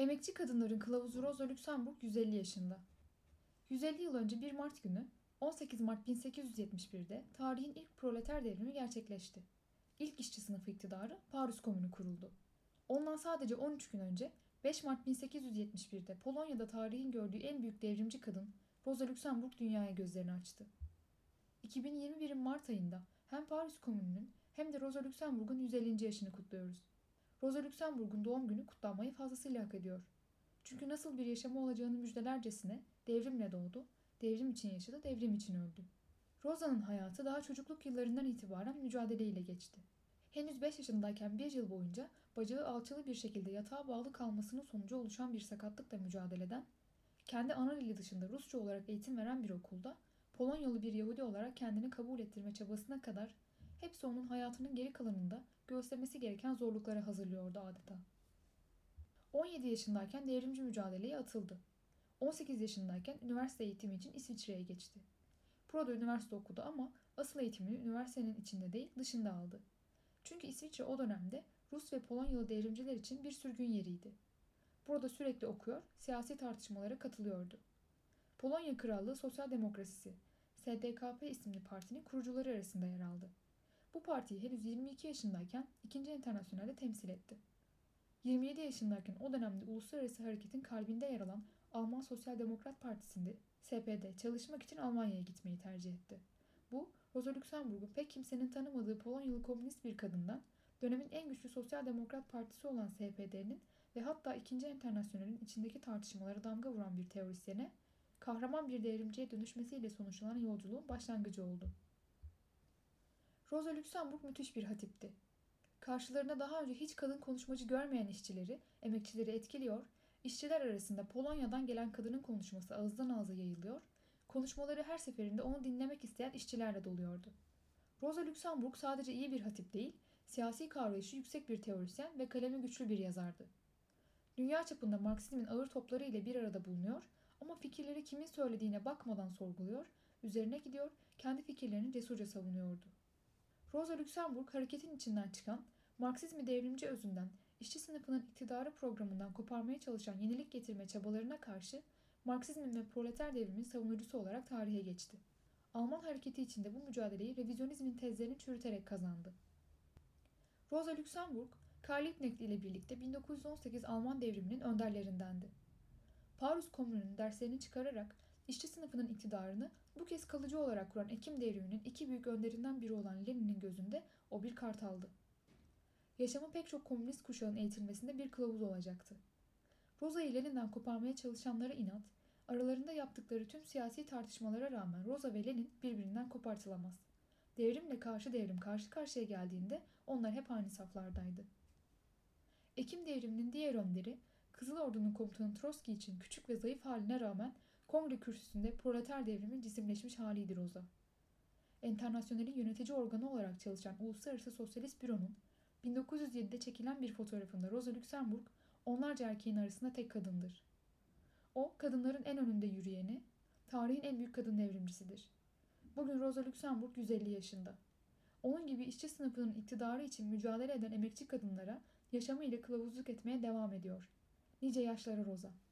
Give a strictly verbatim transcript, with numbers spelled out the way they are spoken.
Emekçi kadınların kılavuzu Rosa Luxemburg yüz elli yaşında. yüz elli yıl önce bir Mart günü on sekiz Mart bin sekiz yüz yetmiş bir'de tarihin ilk proleter devrimi gerçekleşti. İlk işçi sınıfı iktidarı Paris Komünü kuruldu. Ondan sadece on üç gün önce beş Mart bin sekiz yüz yetmiş bir'de Polonya'da tarihin gördüğü en büyük devrimci kadın Rosa Luxemburg dünyaya gözlerini açtı. iki bin yirmi bir'in Mart ayında hem Paris Komünü'nün hem de Rosa Luxemburg'un yüz ellinci yaşını kutluyoruz. Rosa Luxemburg'un doğum günü kutlanmayı fazlasıyla hak ediyor. Çünkü nasıl bir yaşamı olacağını müjdelercesine devrimle doğdu, devrim için yaşadı, devrim için öldü. Rosa'nın hayatı daha çocukluk yıllarından itibaren mücadeleyle geçti. Henüz beş yaşındayken bir yıl boyunca bacağı alçılı bir şekilde yatağa bağlı kalmasının sonucu oluşan bir sakatlıkla mücadele eden, kendi ana dili dışında Rusça olarak eğitim veren bir okulda Polonyalı bir Yahudi olarak kendini kabul ettirme çabasına kadar hepsi onun hayatının geri kalanında göğüslemesi gereken zorluklara hazırlıyordu adeta. on yedi yaşındayken devrimci mücadeleye atıldı. on sekiz yaşındayken üniversite eğitimi için İsviçre'ye geçti. Burada üniversite okudu ama asıl eğitimini üniversitenin içinde değil dışında aldı. Çünkü İsviçre o dönemde Rus ve Polonyalı devrimciler için bir sürgün yeriydi. Burada sürekli okuyor, siyasi tartışmalara katılıyordu. Polonya Krallığı Sosyal Demokrasisi, S D K P isimli partinin kurucuları arasında yer aldı. Bu partiyi henüz yirmi iki yaşındayken ikinci. Enternasyonel'de temsil etti. yirmi yedi yaşındayken o dönemde uluslararası hareketin kalbinde yer alan Alman Sosyal Demokrat Partisi'nde S P D çalışmak için Almanya'ya gitmeyi tercih etti. Bu, Rosa Luxemburg'u pek kimsenin tanımadığı Polonyalı komünist bir kadından dönemin en güçlü Sosyal Demokrat Partisi olan S P D'nin ve hatta ikinci. Enternasyonel'in içindeki tartışmalara damga vuran bir teorisyene, kahraman bir devrimciye dönüşmesiyle sonuçlanan yolculuğun başlangıcı oldu. Rosa Luxemburg müthiş bir hatipti. Karşılarında daha önce hiç kadın konuşmacı görmeyen işçileri, emekçileri etkiliyor, işçiler arasında Polonya'dan gelen kadının konuşması ağızdan ağza yayılıyor, konuşmaları her seferinde onu dinlemek isteyen işçilerle doluyordu. Rosa Luxemburg sadece iyi bir hatip değil, siyasi kavrayışı yüksek bir teorisyen ve kalemi güçlü bir yazardı. Dünya çapında Marksizmin ağır topları ile bir arada bulunuyor ama fikirleri kimin söylediğine bakmadan sorguluyor, üzerine gidiyor, kendi fikirlerini cesurca savunuyordu. Rosa Luxemburg hareketin içinden çıkan, Marksizmi devrimci özünden, işçi sınıfının iktidarı programından koparmaya çalışan yenilik getirme çabalarına karşı Marksizmin ve proleter devrimin savunucusu olarak tarihe geçti. Alman hareketi içinde bu mücadeleyi revizyonizmin tezlerini çürüterek kazandı. Rosa Luxemburg, Karl Liebknecht ile birlikte bin dokuz yüz on sekiz Alman devriminin önderlerindendi. Paris Komünü'nün derslerini çıkararak işçi sınıfının iktidarını bu kez kalıcı olarak kuran Ekim devriminin iki büyük önderinden biri olan Lenin'in gözünde o bir kartaldı. Yaşamı pek çok komünist kuşağın eğitilmesinde bir kılavuz olacaktı. Rosa'yı Lenin'den koparmaya çalışanlara inat, aralarında yaptıkları tüm siyasi tartışmalara rağmen Rosa ve Lenin birbirinden kopartılamaz. Devrimle karşı devrim karşı karşıya geldiğinde onlar hep aynı saflardaydı. Ekim devriminin diğer önderi, Kızıl Ordu'nun komutanı Trotsky için küçük ve zayıf haline rağmen kongre kürsüsünde proleter devrimin cisimleşmiş haliydi Rosa. Enternasyonel'in yönetici organı olarak çalışan Uluslararası Sosyalist Büro'nun bin dokuz yüz yedi'de çekilen bir fotoğrafında Rosa Luxemburg onlarca erkeğin arasında tek kadındır. O, kadınların en önünde yürüyeni, tarihin en büyük kadın devrimcisidir. Bugün Rosa Luxemburg yüz elli yaşında. Onun gibi işçi sınıfının iktidarı için mücadele eden emekçi kadınlara yaşamıyla kılavuzluk etmeye devam ediyor. Nice yaşlara Rosa.